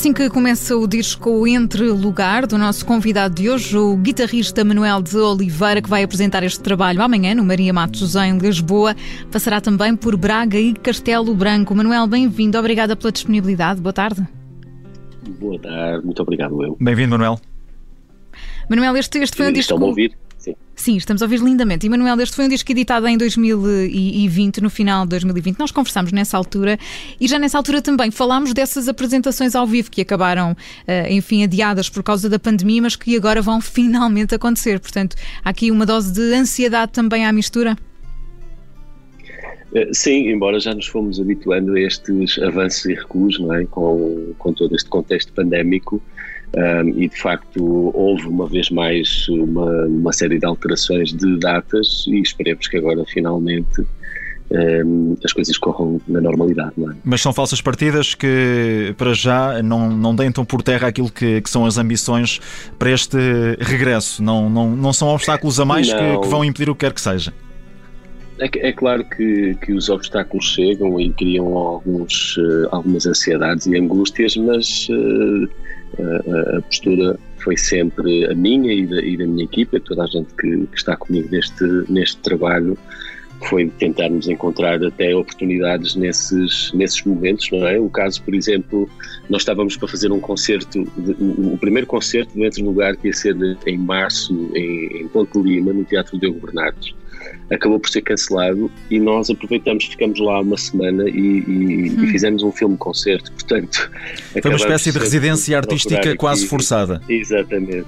assim que começa o disco Entre Lugar, do nosso convidado de hoje, o guitarrista Manuel de Oliveira, que vai apresentar este trabalho amanhã no Maria Matos, em Lisboa. Passará também por Braga e Castelo Branco. Manuel, bem-vindo. Obrigada pela disponibilidade. Boa tarde. Boa tarde. Muito obrigado, eu. Bem-vindo, Manuel. Manuel, este foi um disco... Estão a ouvir? Sim, estamos a ouvir lindamente. E, Manuel, este foi um disco editado em 2020, no final de 2020. Nós conversámos nessa altura e já nessa altura também falámos dessas apresentações ao vivo que acabaram, adiadas por causa da pandemia, mas que agora vão finalmente acontecer. Portanto, há aqui uma dose de ansiedade também à mistura? Sim, embora já nos fomos habituando a estes avanços e recuos, não é? Com todo este contexto pandémico. E de facto houve uma vez mais uma série de alterações de datas e esperemos que agora finalmente as coisas corram na normalidade, não é? Mas são falsas partidas que para já não deitam por terra aquilo que são as ambições para este regresso, não são obstáculos a mais que vão impedir o que quer que seja. É claro que os obstáculos chegam e criam algumas ansiedades e angústias, mas a postura foi sempre a minha e da minha equipa, toda a gente que está comigo neste trabalho, foi tentarmos encontrar até oportunidades nesses momentos, não é? O caso, por exemplo, nós estávamos para fazer um concerto, o primeiro concerto do Entre Lugar, que ia ser em março em Ponte Lima, no Teatro Diogo Bernardes. Acabou por ser cancelado e nós ficamos lá uma semana e fizemos um filme-concerto, portanto... Foi uma espécie de residência artística quase forçada. Exatamente.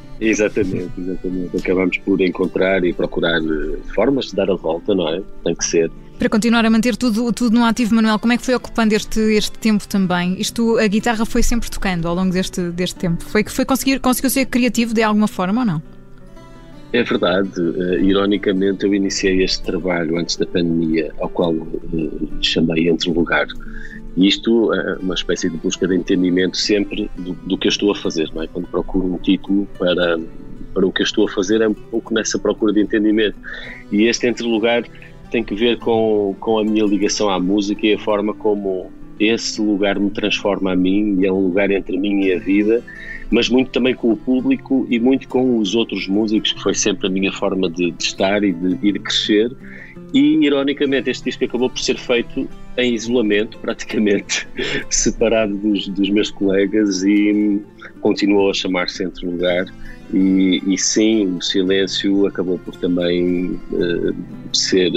Acabamos por encontrar e procurar formas de dar a volta, não é? Tem que ser. Para continuar a manter tudo no ativo, Manuel, como é que foi ocupando este tempo também? A guitarra foi sempre tocando ao longo deste tempo? Conseguiu ser criativo de alguma forma ou não? É verdade, ironicamente eu iniciei este trabalho antes da pandemia, ao qual chamei Entre Lugar. E isto é uma espécie de busca de entendimento sempre do que eu estou a fazer, não é? Quando procuro um título para o que eu estou a fazer é um pouco nessa procura de entendimento. E este Entre Lugar tem que ver com a minha ligação à música e a forma como esse lugar me transforma a mim, e é um lugar entre mim e a vida, mas muito também com o público e muito com os outros músicos, que foi sempre a minha forma de estar e de crescer. E, ironicamente, este disco acabou por ser feito em isolamento, praticamente separado dos meus colegas, e continuou a chamar-se Entre Lugar. E sim, o silêncio acabou por também ser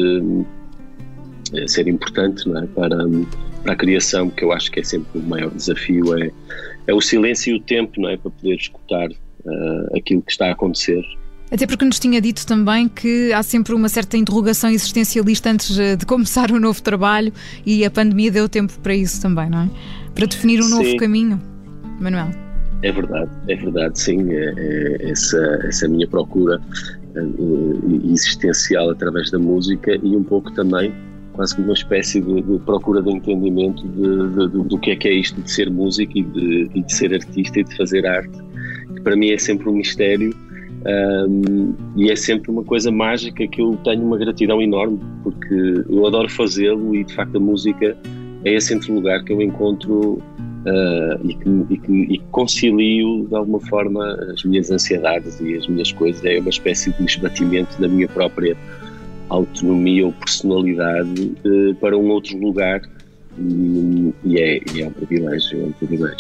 importante, não é? Para a criação, que eu acho que é sempre o maior desafio, é o silêncio e o tempo, não é? Para poder escutar aquilo que está a acontecer. Até porque nos tinha dito também que há sempre uma certa interrogação existencialista antes de começar um novo trabalho, e a pandemia deu tempo para isso também, não é? Para definir um novo caminho, Manuel. É verdade, sim. Essa minha minha existencial através da música, e um pouco também quase como uma espécie de procura de entendimento do que é isto de ser músico e de ser artista e de fazer arte, que para mim é sempre um mistério, e é sempre uma coisa mágica que eu tenho uma gratidão enorme, porque eu adoro fazê-lo, e de facto a música é esse Entre Lugar que eu encontro e que concilio de alguma forma as minhas ansiedades e as minhas coisas. É uma espécie de esbatimento da minha própria autonomia ou personalidade para um outro lugar, e é um privilégio,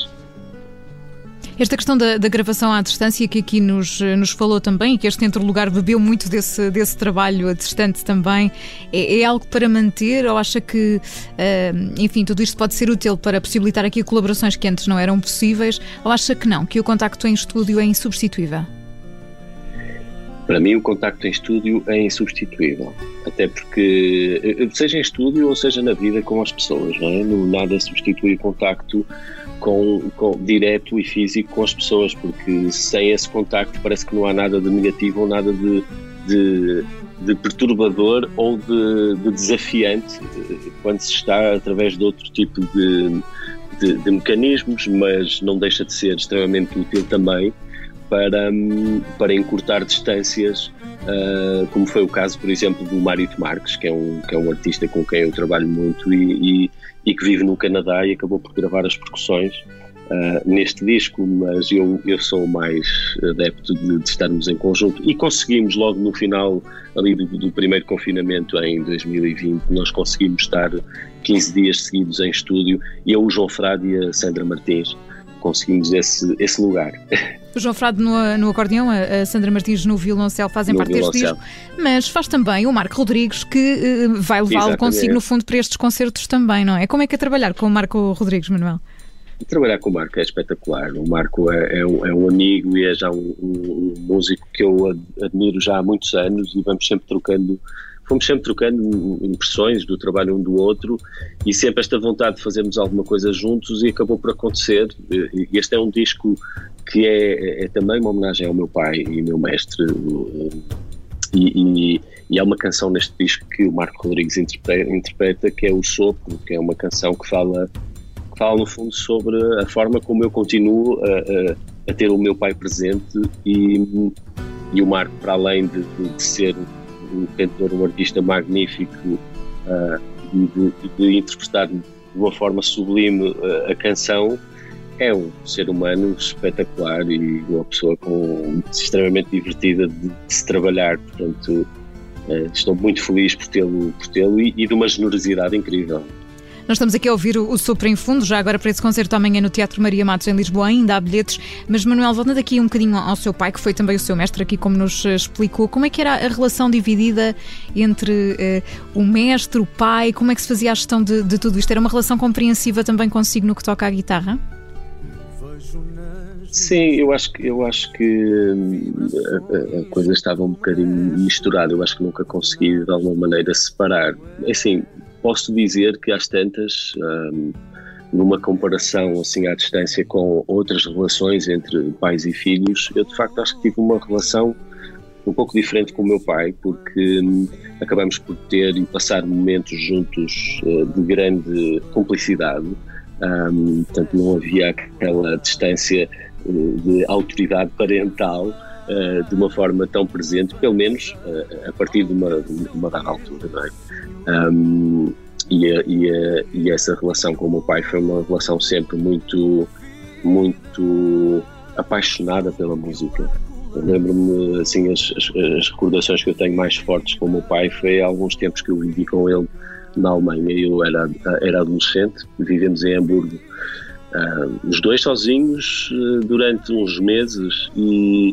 Esta questão da gravação à distância, que aqui nos falou também, e que este Entre Lugar bebeu muito desse trabalho a distante também, é algo para manter, ou acha que, tudo isto pode ser útil para possibilitar aqui colaborações que antes não eram possíveis, ou acha que não, que o contacto em estúdio é insubstituível? Para mim o contacto em estúdio é insubstituível, até porque, seja em estúdio ou seja na vida com as pessoas, não é? Nada substitui o contacto direto e físico com as pessoas, porque sem esse contacto parece que não há nada de negativo ou nada de perturbador ou de desafiante quando se está através de outro tipo de mecanismos, mas não deixa de ser extremamente útil também para encurtar distâncias, como foi o caso, por exemplo, do Mário Marques, que é um artista com quem eu trabalho muito e que vive no Canadá e acabou por gravar as percussões neste disco, mas eu sou mais adepto de estarmos em conjunto, e conseguimos logo no final ali do primeiro confinamento em 2020, nós conseguimos estar 15 dias seguidos em estúdio, e eu, o João Frade e a Sandra Martins conseguimos esse lugar. O João Frade no acordeão, a Sandra Martins no violoncelo fazem parte deste disco, mas faz também o Marco Rodrigues, que vai levá-lo consigo no fundo para estes concertos também, não é? Como é que é trabalhar com o Marco Rodrigues, Manuel? Trabalhar com o Marco é espetacular. O Marco é um amigo e é já um músico que eu admiro já há muitos anos, e fomos sempre trocando impressões do trabalho um do outro, e sempre esta vontade de fazermos alguma coisa juntos, e acabou por acontecer. Este é um disco que é também uma homenagem ao meu pai e meu mestre, e há uma canção neste disco que o Marco Rodrigues interpreta, que é O Sopro, que é uma canção que fala no fundo sobre a forma como eu continuo a ter o meu pai presente, e o Marco, para além de ser um cantor, um artista magnífico, e de interpretar de uma forma sublime a canção, é um ser humano espetacular e uma pessoa extremamente divertida de se trabalhar. Portanto, estou muito feliz por tê-lo e de uma generosidade incrível. Nós estamos aqui a ouvir o Sopro em fundo, já agora para esse concerto amanhã no Teatro Maria Matos em Lisboa, ainda há bilhetes. Mas, Manuel, voltando aqui um bocadinho ao seu pai, que foi também o seu mestre aqui, como nos explicou, como é que era a relação dividida entre o mestre, o pai, como é que se fazia a gestão de tudo isto? Era uma relação compreensiva também consigo no que toca à guitarra? Sim, eu acho que a coisa estava um bocadinho misturada. Eu acho que nunca consegui de alguma maneira separar. Assim, posso dizer que às tantas, numa comparação assim à distância com outras relações entre pais e filhos, eu de facto acho que tive uma relação um pouco diferente com o meu pai, porque acabamos por ter e passar momentos juntos de grande cumplicidade. Portanto, não havia aquela distância de autoridade parental de uma forma tão presente, pelo menos a partir de uma dada altura, não é? E essa relação com o meu pai foi uma relação sempre muito, muito apaixonada pela música. Eu lembro-me, assim, as recordações que eu tenho mais fortes com o meu pai foi há alguns tempos que eu vivi com ele na Alemanha. Eu era adolescente, vivemos em Hamburgo, os dois sozinhos durante uns meses, e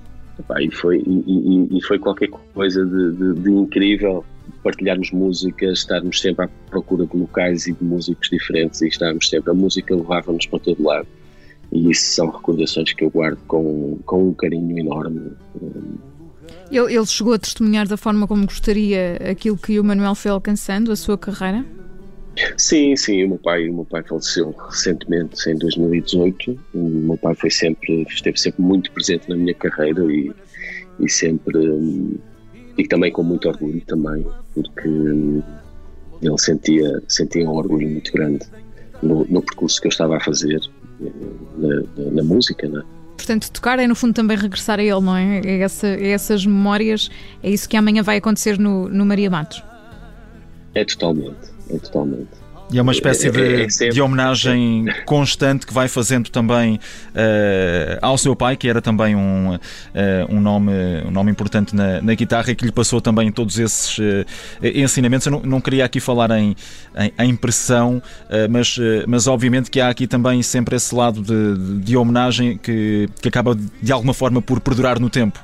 foi qualquer coisa de incrível partilharmos músicas, estarmos sempre à procura de locais e de músicos diferentes, e estarmos sempre, a música levava-nos para todo lado, e isso são recordações que eu guardo com um carinho enorme. Ele chegou a testemunhar da forma como gostaria aquilo que o Manuel foi alcançando, a sua carreira? Sim, o meu pai faleceu recentemente, em 2018. O meu pai esteve sempre muito presente na minha carreira, e sempre, e também com muito orgulho também, porque ele sentia um orgulho muito grande no percurso que eu estava a fazer na música, não é? Portanto, tocar é no fundo também regressar a ele, não é? Essas memórias, é isso que amanhã vai acontecer no Maria Matos. É totalmente. E é uma espécie de homenagem constante que vai fazendo também ao seu pai, que era também um nome importante na guitarra, e que lhe passou também todos esses ensinamentos. Eu não queria aqui falar em pressão, mas obviamente que há aqui também sempre esse lado de homenagem que acaba de alguma forma por perdurar no tempo.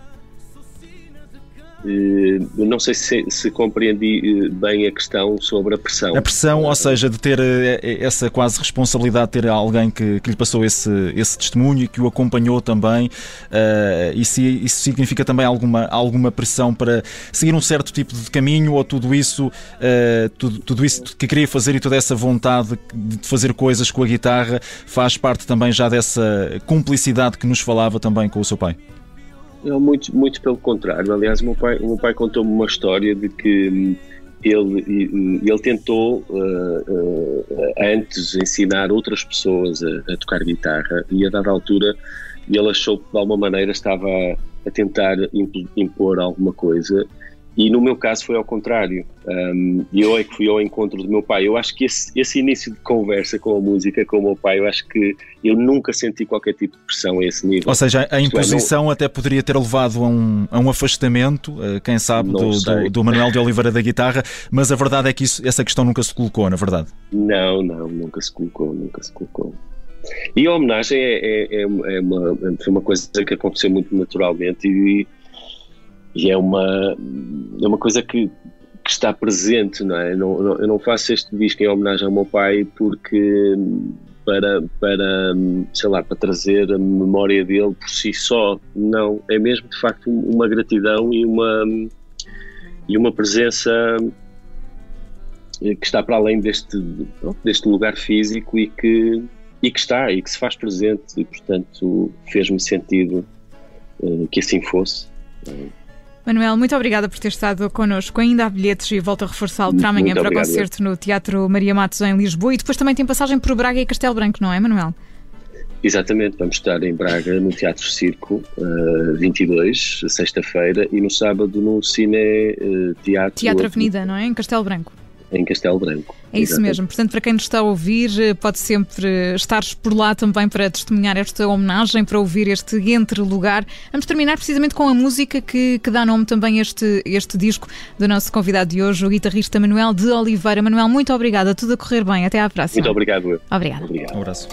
Não sei se compreendi bem a questão sobre a pressão. A pressão, ou seja, de ter essa quase responsabilidade de ter alguém que lhe passou esse testemunho e que o acompanhou também, e se isso significa também alguma pressão para seguir um certo tipo de caminho, ou tudo isso que queria fazer e toda essa vontade de fazer coisas com a guitarra faz parte também já dessa cumplicidade que nos falava também com o seu pai? Não, muito pelo contrário. Aliás, o meu pai contou-me uma história de que ele tentou antes ensinar outras pessoas a tocar guitarra, e a dada altura ele achou que de alguma maneira estava a tentar impor alguma coisa, E no meu caso foi ao contrário, eu é que fui ao encontro do meu pai. Eu acho que esse início de conversa com a música, com o meu pai, eu acho que eu nunca senti qualquer tipo de pressão a esse nível. Ou seja, a imposição até poderia ter levado a um afastamento, quem sabe, do Manuel de Oliveira da guitarra, mas a verdade é que essa questão nunca se colocou, na verdade. Não, nunca se colocou. E a homenagem foi uma coisa que aconteceu muito naturalmente e é uma coisa que está presente, não é? Eu não faço este disco em homenagem ao meu pai porque para trazer a memória dele por si só, não, é mesmo de facto uma gratidão e uma presença que está para além deste lugar físico e que se faz presente e portanto fez-me sentido que assim fosse. Manuel, muito obrigada por ter estado connosco. Ainda há bilhetes e volto a reforçá-lo para amanhã para o concerto no Teatro Maria Matos em Lisboa e depois também tem passagem por Braga e Castelo Branco, não é, Manuel? Exatamente, vamos estar em Braga no Teatro Circo 22, sexta-feira, e no sábado no Cine Teatro Avenida, não é? Em Castelo Branco. Em Castelo Branco. É isso mesmo, portanto para quem nos está a ouvir pode sempre estar por lá também para testemunhar esta homenagem, para ouvir este entre-lugar. Vamos terminar precisamente com a música que dá nome também a este disco do nosso convidado de hoje, o guitarrista Manuel de Oliveira. Manuel, muito obrigada, tudo a correr bem, até à próxima. Muito obrigado. Obrigada. Um abraço.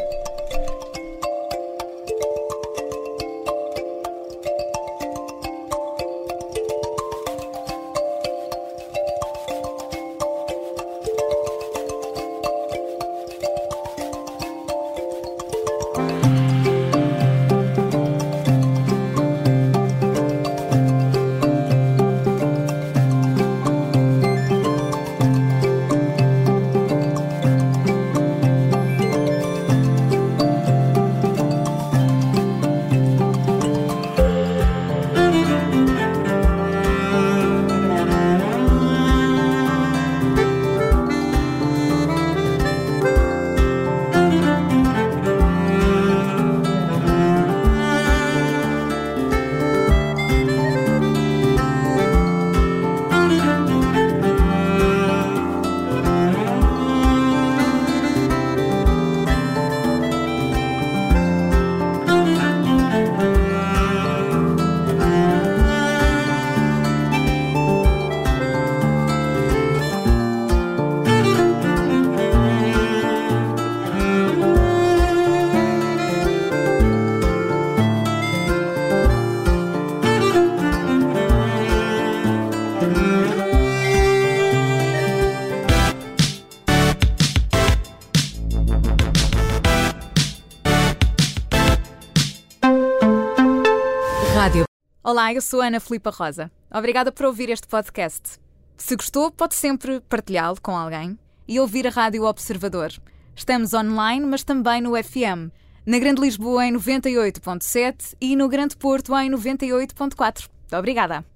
Olá, eu sou a Ana Filipa Rosa. Obrigada por ouvir este podcast. Se gostou, pode sempre partilhá-lo com alguém e ouvir a Rádio Observador. Estamos online, mas também no FM. Na Grande Lisboa em 98.7 e no Grande Porto em 98.4. Obrigada.